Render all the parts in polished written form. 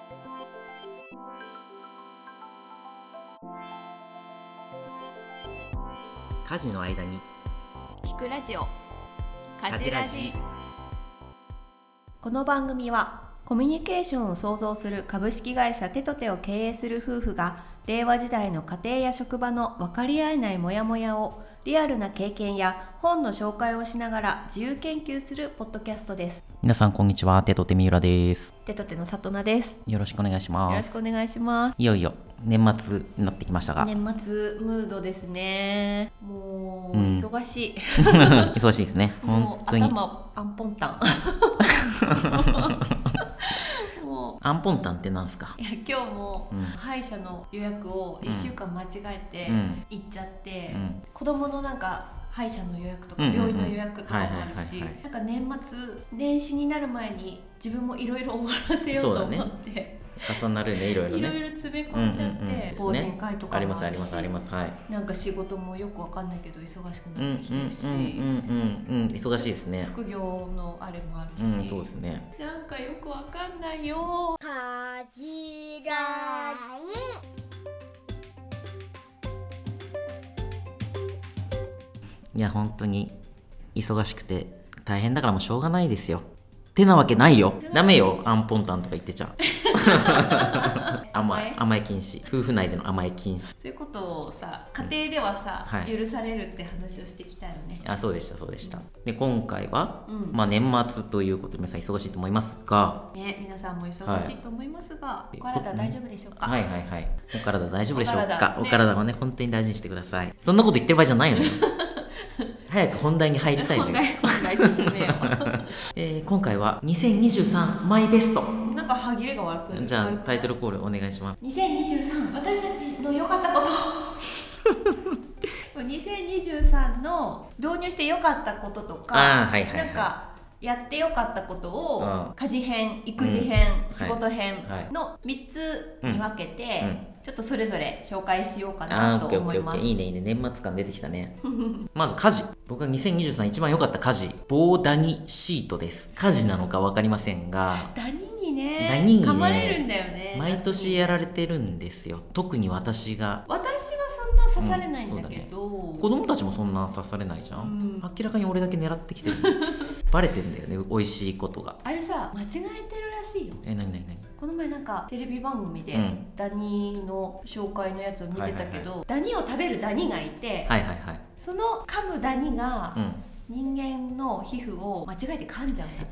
家事の間に聞くラジオ家事ラジ。 この番組はコミュニケーションを創造する株式会社テトテを経営する夫婦が令和時代の家庭や職場の分かり合えないモヤモヤをリアルな経験や本の紹介をしながら自由研究するポッドキャストです。 皆さんこんにちは、テトテ三浦です。 テトテの里奈です。 よろしくお願いします。 よろしくお願いします。 いよいよ年末になってきましたが、 年末ムードですね。もう忙しい、 忙しいですね。 もう本当に頭アンポンタンもうアンポンタンってなんすか？ いや今日も歯医者の予約を1週間間違えて行っちゃって、子供のなんか歯医者の予約とか病院の予約とかもあるし、なんか年末年始になる前に自分もいろいろ終わらせようと思って、 重なるね、いろいろね、 いろいろ詰め込んじゃって、忘年会とかもあるし、 あります、はい、 なんか仕事もよくわかんないけど忙しくなってきてるし、 忙しいですね。 副業のあれもあるし、 そうですね。 なんかよくわかんないよ。 家事ラいや本当に忙しくて大変だからもうしょうがないですよ。てなわけないよ。ダメよ、アンポンタンとか言ってちゃ甘え禁止。夫婦内での甘え禁止。 そういうことをさ、家庭ではさ、許されるって話をしてきたよね。 そうでした。で今回は、年末ということで皆さん忙しいと思いますが、 皆さんも忙しいと思いますが、お体大丈夫でしょうか？ お体大丈夫でしょうか？お体はね本当に大事にしてください。そんなこと言ってる場合じゃないのよ早く本題に入りたいのよ。 本題進めよ今回は2023マイベスト。 なんか歯切れが悪く。 じゃあタイトルコールお願いします。 2023私たちの良かったこと2023の導入して良かったこととか、なんかやって良かったことを家事編、育児編、仕事編の3つに分けて、ちょっとそれぞれ紹介しようかなと思います。 いいね、年末感出てきたねまず家事。僕が2023一番良かった家事、棒ダニシートです。家事なのか分かりませんが、 ダニにね噛まれるんだよね。 毎年やられてるんですよ。特に私はそんな刺されないんだけど、 子供たちもそんな刺されないじゃん、明らかに俺だけ狙ってきてるバレてんだよね、美味しいことが。 あれさ、間違えてるらしいよ。 何この前なんかテレビ番組でダニの紹介のやつを見てたけど、ダニを食べるダニがいて、その噛むダニが、人間の皮膚を間違えて噛んじゃうんだって。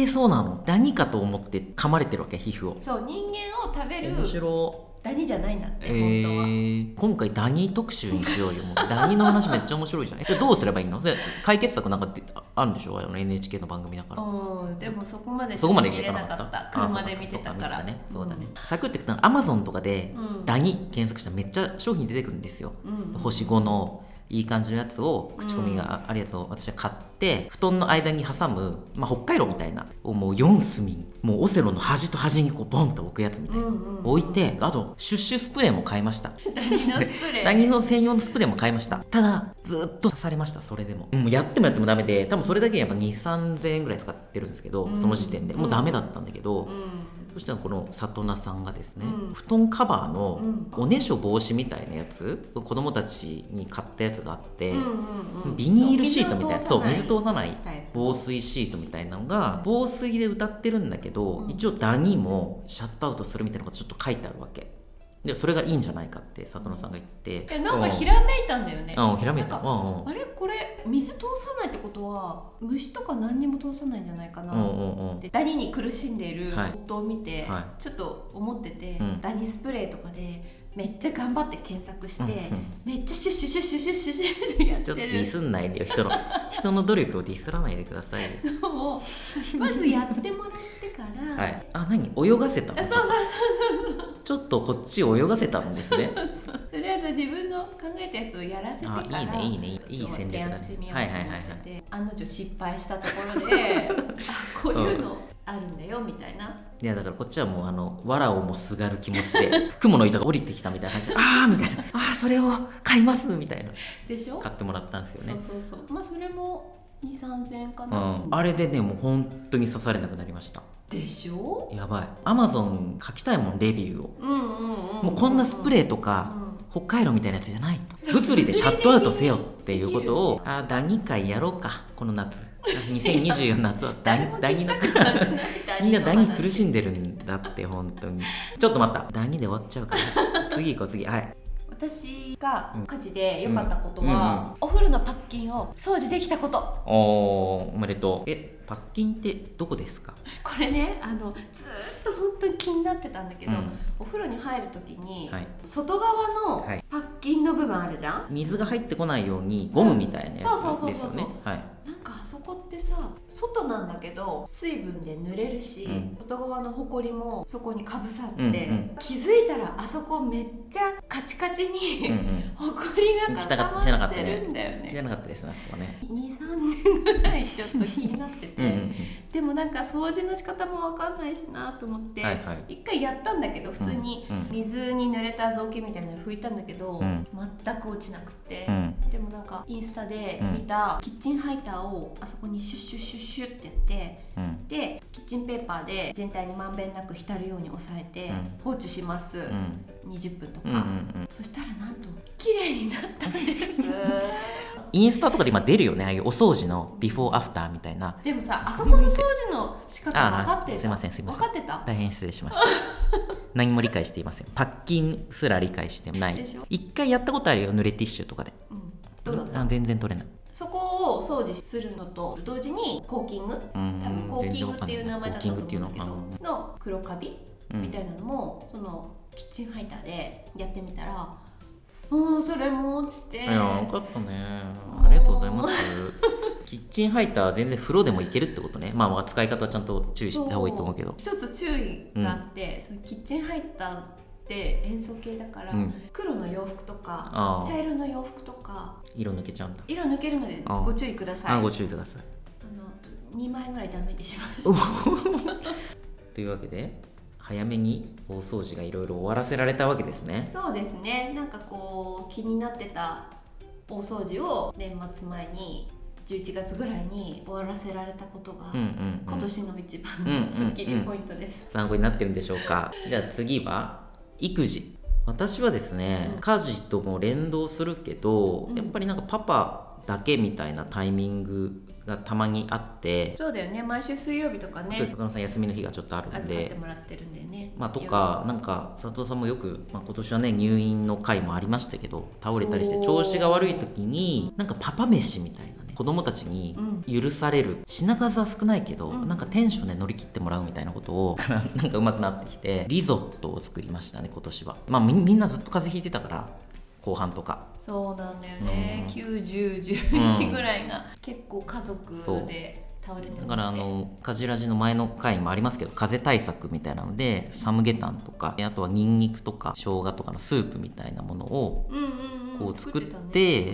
そうなの？ダニかと思って噛まれてるわけ、皮膚を。 そう、人間を食べる面白ダニじゃないんだって、本当は。 今回ダニ特集にしようよ。もうダニの話めっちゃ面白いじゃん。じゃあどうすればいいの？で解決策なんかってあるんでしょう？ NHK の番組だから。 でもそこまで見れなかった。車で見てたからね。 そうだね。サクっていくと Amazon とかでダニ検索したらめっちゃ商品出てくるんですよ。星5のいい感じのやつを、口コミがあるやつを私は買って、布団の間に挟む、北海道みたいなをもう4隅、もうオセロの端と端にこうボンと置くやつみたいな、置いて、あとシュッシュスプレーも買いました。ダニの専用のスプレーも買いました。ただずっと刺されました。それでももうやってもダメで、多分それだけやっぱ 2,3000 円ぐらい使ってるんですけど、その時点でもうダメだったんだけど、そしたらこの里奈さんがですね、布団カバーのおねしょ防止みたいなやつ、子供たちに買ったやつがあって、ビニールシートみたいな、そう水通さない防水シートみたいなのが防水で歌ってるんだけど、一応ダニもシャットアウトするみたいなのがちょっと書いてあるわけで、それがいいんじゃないかって里奈さんが言って、 なんかひらめいたんだよね。 ひらめいた。 あれこれ水通さないってことは虫とか何にも通さないんじゃないかなってダニに苦しんでいる夫を見てちょっと思ってて、ダニスプレーとかでめっちゃ頑張って検索して、めっちゃシュッシュシュッシュシュッシュシュッシュやってる。 ちょっとディスんないでよ、人の努力をディスらないでくださいよ。 まずやってもらってから、 何泳がせたの？ そうちょっとこっちを泳がせたんですね。 とりあえず自分の考えたやつをやらせてからいい戦略だね。 案の定失敗したところでこういうのあるんだよみたいな。 いやだからこっちはもう藁をもすがる気持ちで雲の糸が降りてきたみたいな感じでみたいな、それを買いますみたいなでしょ、 買ってもらったんですよね。 そうそれも 2,3000 円かな、 あれでねもう本当に刺されなくなりました。 でしょ。 やばい。Amazon 書きたいもんレビューを、もうこんなスプレーとか、北海道みたいなやつじゃないと、物理でシャットアウトせよっていうことをダニ会やろうかこの夏。2024夏はダニのみんなダニ苦しんでるんだって本当に。ちょっと待った、ダニで終わっちゃうから次行こう次。はい。 私が家事で良かったことは、お風呂のパッキンを掃除できたこと。 おめでとう。パッキンってどこですか？ これね、ずっと本当に気になってたんだけど、お風呂に入るときに、外側のパッキンの部分あるじゃん、 水が入ってこないようにゴムみたいなやつですよね。 なんかあそこってさ、外なんだけど水分で濡れるし、外側のホコリもそこにかぶさって、気づいたらあそこめっちゃカチカチに、ホコリが固まってるんだよね。 汚かったですね、あそこはね。 2,3 年ぐらいちょっと気になっててでもなんか掃除の仕方も分かんないしなと思って、一回やったんだけど、普通に水に濡れた雑巾みたいなの拭いたんだけど、全く落ちなくて、でもなんかインスタで見たキッチンハイターをあそこにシュッシュッシュッシュッってやって、でキッチンペーパーで全体にまんべんなく浸るように押さえて放置します、20分とか、そしたらなんと綺麗になったんですインスタとかで今出るよね、ああいうお掃除のビフォーアフターみたいな。 でもさ、あそこの掃除の仕方分かってる？ すいません分かってた？ 大変失礼しました何も理解していません。パッキンすら理解してない一回やったことあるよ、濡れティッシュとかで。 どうだった？ 全然取れない。 そこを掃除するのと同時にコーキング、多分コーキングっていう名前だったと思うんだけどの黒カビみたいなのも、そのキッチンハイターでやってみたら、それも落ちて。いや、 よかったね、ありがとうございますキッチンハイターは全然風呂でもいけるってことね。使い方はちゃんと注意した方がいいと思うけど、 一つ注意があって、そのキッチンハイターって塩素系だから、黒の洋服とか茶色の洋服とか色抜けちゃうんだ。 色抜けるのでご注意ください。 ご注意ください。 2枚ぐらいダメにしましたというわけで早めに大掃除がいろいろ終わらせられたわけですね。 そうですね。なんかこう気になってた大掃除を年末前に11月ぐらいに終わらせられたことが、今年の一番のスッキリポイントです。 参考になってるんでしょうか。じゃあ次は育児。私はですね、家事とも連動するけど、やっぱりなんかパパだけみたいなタイミングがたまにあって。 そうだよね、毎週水曜日とかね。 そうです、岡野さん休みの日がちょっとあるんで預かってもらってるんだよね。 とか、なんか佐藤さんもよく、今年はね入院の回もありましたけど、倒れたりして調子が悪い時になんかパパ飯みたいなね、子供たちに許される、品数は少ないけど、なんかテンションで乗り切ってもらうみたいなことをなんか上手くなってきて、リゾットを作りましたね今年は。みんなずっと風邪ひいてたから後半とか。 そうなんだよね、9、10、11ぐらいが結構家族で倒れてまして、 だからカジラジの前の回もありますけど、風邪対策みたいなのでサムゲタンとか、あとはニンニクとか生姜とかのスープみたいなものをこう作って、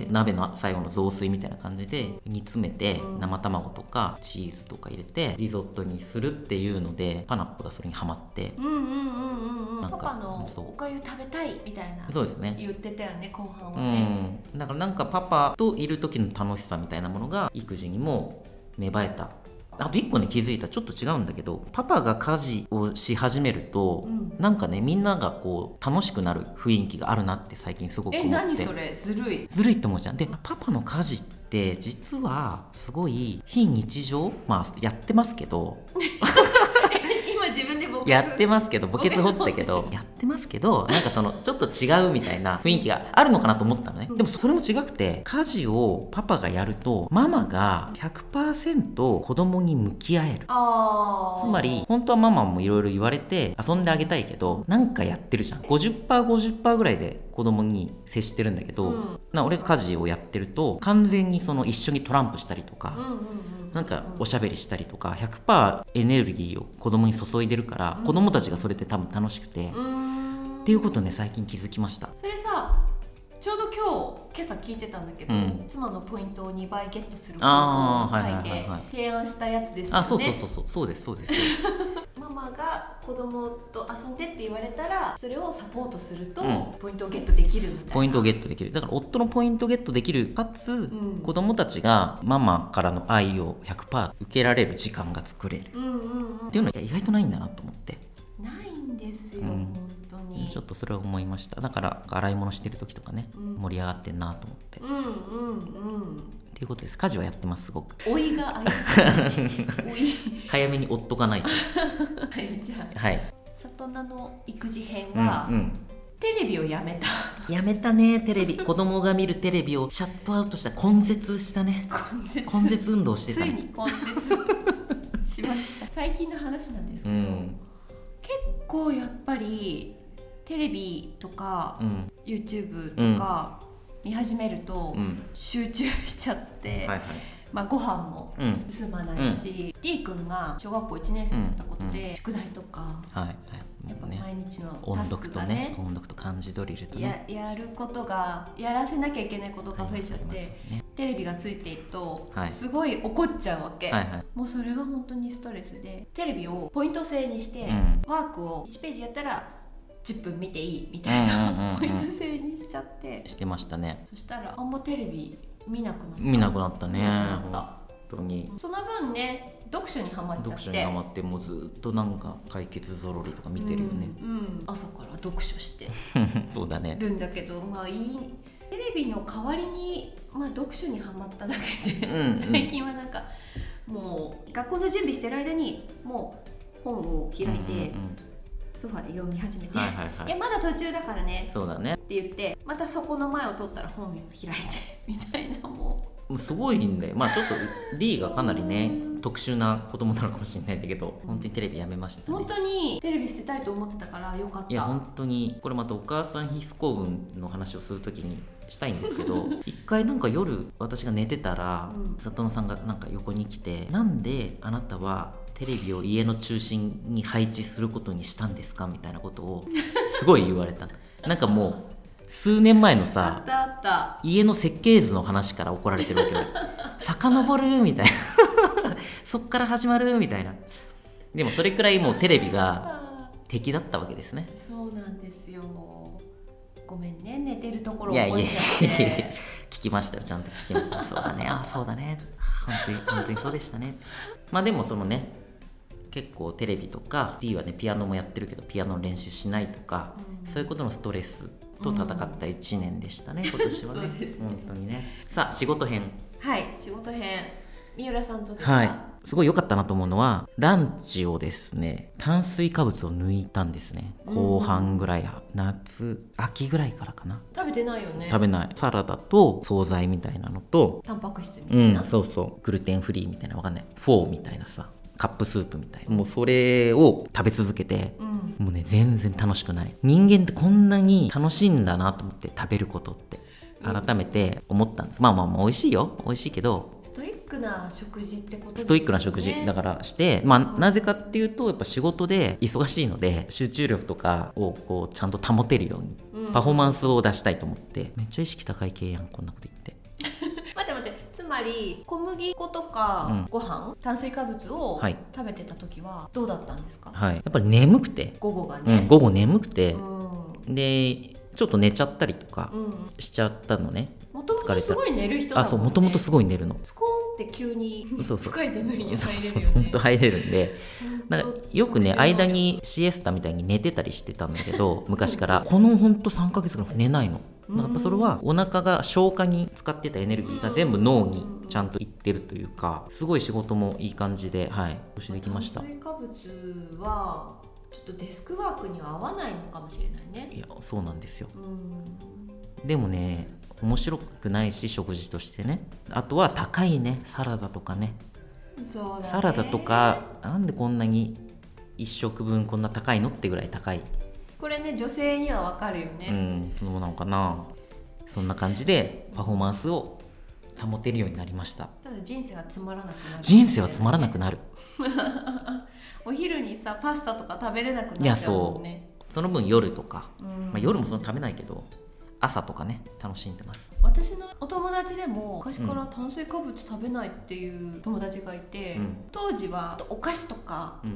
鍋の最後の雑炊みたいな感じで煮詰めて、生卵とかチーズとか入れてリゾットにするっていうので、パナップがそれにハマって、 パパのおかゆ食べたいみたいな、 そうですね、 言ってたよね後半はね。 だからなんかパパといる時の楽しさみたいなものが育児にも芽生えた。あと1個ね気づいた、ちょっと違うんだけど、パパが家事をし始めると、なんかねみんながこう楽しくなる雰囲気があるなって最近すごく思って。 何それ、ずるいって思うじゃん。でパパの家事って実はすごい非日常、やってますけど自分でやってますけど、墓穴掘ったけどやってますけど、なんかそのちょっと違うみたいな雰囲気があるのかなと思ったのね。でもそれも違くて、家事をパパがやるとママが 100% 子供に向き合える。つまり本当はママもいろいろ言われて遊んであげたいけど、なんかやってるじゃん。 50%50% ぐらいで子供に接してるんだけど、俺が家事をやってると完全にその一緒にトランプしたりとか、なんかおしゃべりしたりとか 100% エネルギーを子供に注いでるから、子供たちがそれって多分楽しくて、っていうことね最近気づきました。 それさ、ちょうど今朝聞いてたんだけど、妻のポイントを2倍ゲットする方法を書いて提案したやつですよね。 そうですママが子供と遊んでって言われたらそれをサポートすると、 うんポイントをゲットできるみたいな。 ポイントをゲットできる。だから夫のポイントをゲットできるかつ、子供たちがママからの愛を 100% 受けられる時間が作れる、っていうのは意外とないんだなと思って。 ないんですよ、本当にちょっとそれは思いました。だから洗い物してる時とかね、盛り上がってんなと思って、っていうことです。家事はやってます。すごく老いが怪しい老い早めに夫がないとはいじゃあ、 はい、 里奈の育児編は、テレビをやめた。 やめたね。テレビ子供が見るテレビをシャットアウトした。根絶したね。根絶運動してたね。 ついに根絶しました最近の話なんですけど、結構やっぱりテレビとか、YouTube とか見始めると、集中しちゃって、ご飯も進まないし、D 君が小学校1年生だったことで、宿題とか、やっぱ毎日のタスクがね、 音読と漢字ドリルとね、 やることがやらせなきゃいけないことが増えちゃって、テレビがついているとすごい怒っちゃうわけ、もうそれが本当にストレスで、テレビをポイント制にして、ワークを1ページやったら10分見ていいみたいな、ポイント制にしちゃってしてましたね。 そしたらあんまテレビ見なくなったね。本当にその分ね、読書にハマっちゃって、 読書にハマってもうずっとなんか解決ぞろりとか見てるよね、 朝から読書してそうだねるんだけど、テレビの代わりに、読書にハマっただけで、最近はなんかもう学校の準備してる間にもう本を開いて、ソファで読み始めて、いやまだ途中だからね、 そうだねって言ってまたそこの前を取ったら本を開いてみたいな、もうすごいんで、ちょっと D がかなりね特殊な子供なのかもしれないんだけど、本当にテレビやめましたね。 本当にテレビ捨てたいと思ってたからよかった。 いや本当にこれまたお母さん必須公文の話をするときにしたいんですけど一回なんか夜私が寝てたら、里野さんがなんか横に来て、なんであなたはテレビを家の中心に配置することにしたんですかみたいなことをすごい言われたなんかもう数年前のさ、 あった家の設計図の話から怒られてるわけよ遡るみたいなそっから始まるみたいな。でもそれくらいもうテレビが敵だったわけですね。 そうなんですよ。ごめんね、寝てるところを起こしちゃって。 いや聞きましたよ、ちゃんと聞きました。そうだね、そうだね、本当にそうでしたね。でもそのね、結構テレビとか D はねピアノもやってるけどピアノの練習しないとか、そういうことのストレスと戦った1年でしたね、今年はね。そうですね、本当にね。さあ仕事編。 はい、仕事編。三浦さんとですか。 すごい良かったなと思うのは、ランチをですね、炭水化物を抜いたんですね。後半ぐらい、秋ぐらいからかな。 食べてないよね。 食べない。サラダと惣菜みたいなのと、 タンパク質みたいな、 そうグルテンフリーみたいな、わかんない、フォーみたいなさ、カップスープみたいな、もうそれを食べ続けて、もうね全然楽しくない。人間ってこんなに楽しいんだなと思って、食べることって改めて思ったんです。美味しいよ、美味しいけど、 ストイックな食事ってことですね。 ストイックな食事だからして、なぜかっていうと、やっぱ仕事で忙しいので集中力とかをこうちゃんと保てるように、パフォーマンスを出したいと思って。めっちゃ意識高い系やん、こんなこと言って待って、つまり小麦粉とかご飯、炭水化物を食べてた時はどうだったんですか。 やっぱり眠くて、 午後がね、 午後眠くて、でちょっと寝ちゃったりとかしちゃったのね。 もともとすごい寝る人だもんね。 もともとすごい寝るの。 スコーンって急に深い眠りに入れるよね。 本当入れるんで、なんかよくね間にシエスタみたいに寝てたりしてたんだけど昔からこの本当3ヶ月ぐらい寝ないの。やっぱそれはお腹が消化に使ってたエネルギーが全部脳にちゃんといってるというか、すごい仕事もいい感じで調子できました。 炭水化物はちょっとデスクワークには合わないのかもしれないね。 いやそうなんですよ。でもね面白くないし、食事としてね。あとは高いね、サラダとかね。 そうだね、 サラダとかなんでこんなに1食分こんな高いのってぐらい高い。 これね、女性にはわかるよね。 そうなのかな。そんな感じでパフォーマンスを保てるようになりました。 ただ人生はつまらなくなる、 人生はつまらなくなるお昼にさパスタとか食べれなくなっちゃうもんね。 その分夜とか、夜もそんな食べないけど朝とかね楽しんでます。 私のお友達でも昔から炭水化物食べないっていう友達がいて、当時はお菓子とか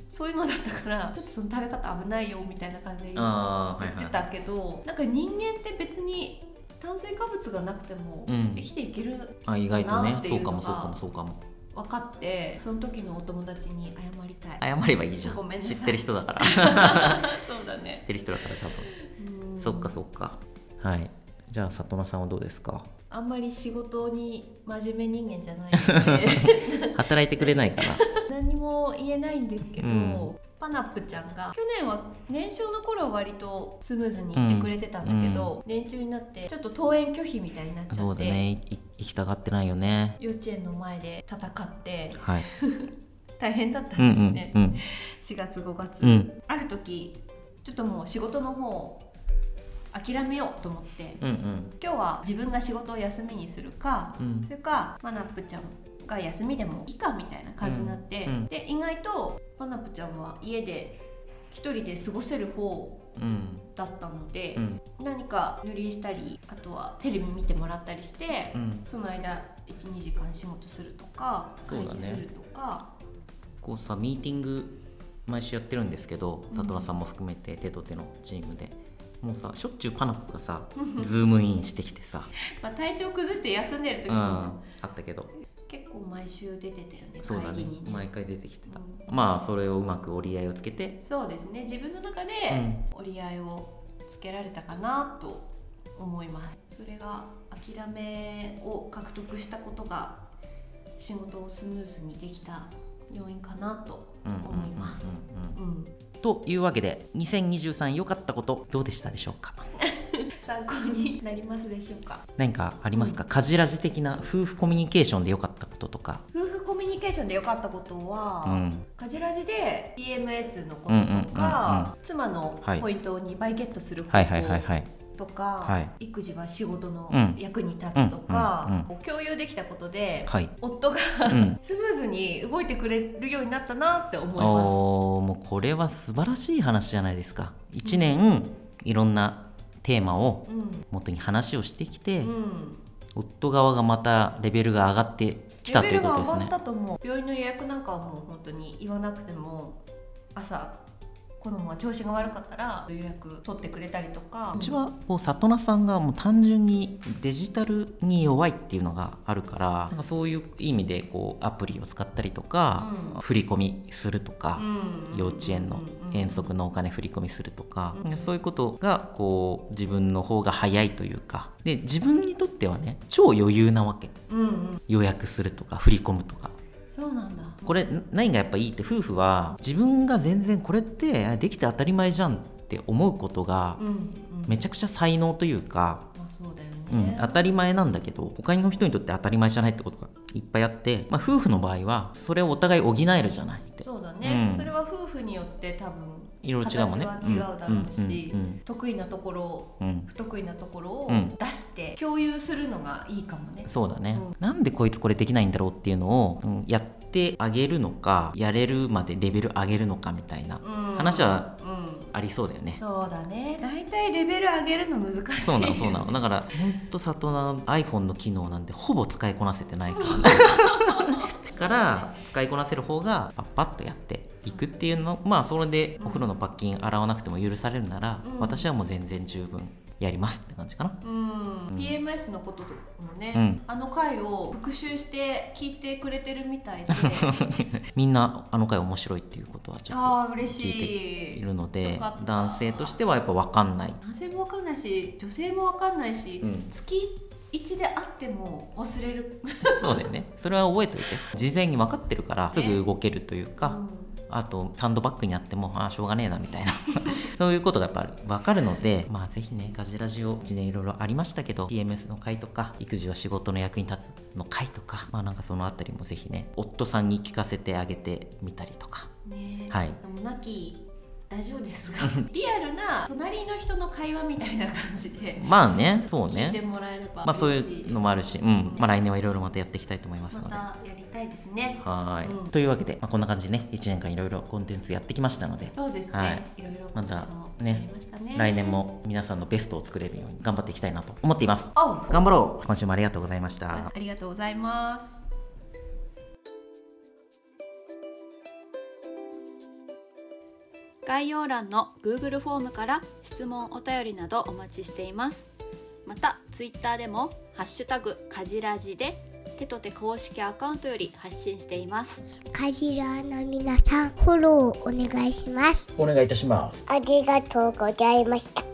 そういうのだったからちょっとその食べ方危ないよみたいな感じで言ってたけど、なんか人間って別に炭水化物がなくても生きていける意外とね、 なっていうのがそうかも分かって、その時のお友達に謝りたい。 謝ればいいじゃん。 ごめんなさい、 知ってる人だからそうだね、 知ってる人だから多分。そっか。はい。じゃあ里奈さんはどうですか？ あんまり仕事に真面目人間じゃないので働いてくれないかな何も言えないんですけど、パナップちゃんが去年は年少の頃は割とスムーズに行ってくれてたんだけど、年中になってちょっと登園拒否みたいになっちゃって。 そうだね、行きたがってないよね。 幼稚園の前で戦って、 はい、 大変だったんですね、4月5月、ある時ちょっともう仕事の方を諦めようと思って、今日は自分が仕事を休みにするか、それかパナップちゃんが休みでもいいかみたいな感じになって、で意外とパナップちゃんは家で一人で過ごせる方だったので、何か塗り絵したり、あとはテレビ見てもらったりして、その間 1,2 時間仕事するとか会議するとか、 こうさミーティング毎週やってるんですけど、里奈さんも含めて手と手のチームでもうさ、しょっちゅうパナップがさズームインしてきてさ体調崩して休んでる時も、 あったけど結構毎週出てたよね。 そうだね、 会議にね、 毎回出てきてた、まあそれをうまく折り合いをつけて、 そうですね、自分の中で折り合いをつけられたかなと思います。それが諦めを獲得したことが仕事をスムーズにできた要因かなと思います。 というわけで2023良かったことどうでしたでしょうか？ 参考になりますでしょうか？ 何かありますか？カジラジ的な夫婦コミュニケーションで良かったこととか。 夫婦コミュニケーションで良かったことは、カジラジで PMS のこととか、妻のポイントを2倍ゲットする方法とか、育児は仕事の役に立つとか、共有できたことで、夫がスムーズに動いてくれるようになったなって思います。 もうこれは素晴らしい話じゃないですか。1年いろんなテーマを元に話をしてきて、夫側がまたレベルが上がってきたということですね。 レベルが上がったと思う。病院の予約なんかはもう本当に言わなくても、朝子供が調子が悪かったら予約取ってくれたりとか。 うちはこう里奈さんがもう単純にデジタルに弱いっていうのがあるから、なんかそういう意味でこうアプリを使ったりとか、振り込みするとか、幼稚園の遠足のお金振り込みするとか、そういうことがこう自分の方が早いというかで、自分にとってはね超余裕なわけ、予約するとか振り込むとか。 そうなんだ。 これ何がやっぱいいって、夫婦は自分が全然これってできて当たり前じゃんって思うことがめちゃくちゃ才能というか、 そうだよね、 当たり前なんだけど他の人にとって当たり前じゃないってことがいっぱいあって、夫婦の場合はそれをお互い補えるじゃないって。 そうだね、それは夫婦によって多分いろいろ違うもんね。 形は違うだろうし、得意なところ、不得意なところを出して共有するのがいいかもね。 そうだね、なんでこいつこれできないんだろうっていうのを、やってあげるのか、やれるまでレベル上げるのかみたいな話はありそうだよね。 そうだね、だいたいレベル上げるの難しい。 そうなのだから本当里奈 iPhone の機能なんてほぼ使いこなせてないからから使いこなせる方がパッパッとやっていくっていうの、それでお風呂のパッキン洗わなくても許されるなら、私はもう全然十分やりますって感じかな。 PMS のこともね、あの回を復習して聞いてくれてるみたいでみんなあの回面白いっていうことはちょっと嬉し聞いているので、男性としてはやっぱ分かんない、 男性も分かんないし女性も分かんないし、月1であっても忘れるそうだよね、それは覚えておいて、事前に分かってるからすぐ動けるというか、あとサンドバッグになってもしょうがねえなみたいなそういうことがやっぱり分かるので、ぜひね、ガジラジオ1年いろいろありましたけど PMS の回とか育児は仕事の役に立つの回とか、なんかそのあたりもぜひね夫さんに聞かせてあげてみたりとか、はい、 でもなきラジオですがリアルな隣の人の会話みたいな感じでそうね、 聞いてもらえればそういうのもあるし、来年はいろいろまたやっていきたいと思いますので、 またやりたいですね。 というわけで、こんな感じでね1年間いろいろコンテンツやってきましたので、 そうですね、いろいろ今年もやりましたね。 来年も皆さんのベストを作れるように頑張っていきたいなと思っています。頑張ろう。今週もありがとうございました。 ありがとうございます。 概要欄の Google フォームから質問お便りなどお待ちしています。また Twitter でもハッシュタグかじらじで手と手公式アカウントより発信しています。 かじらの皆さん、フォローお願いします。 お願いいたします。 ありがとうございました。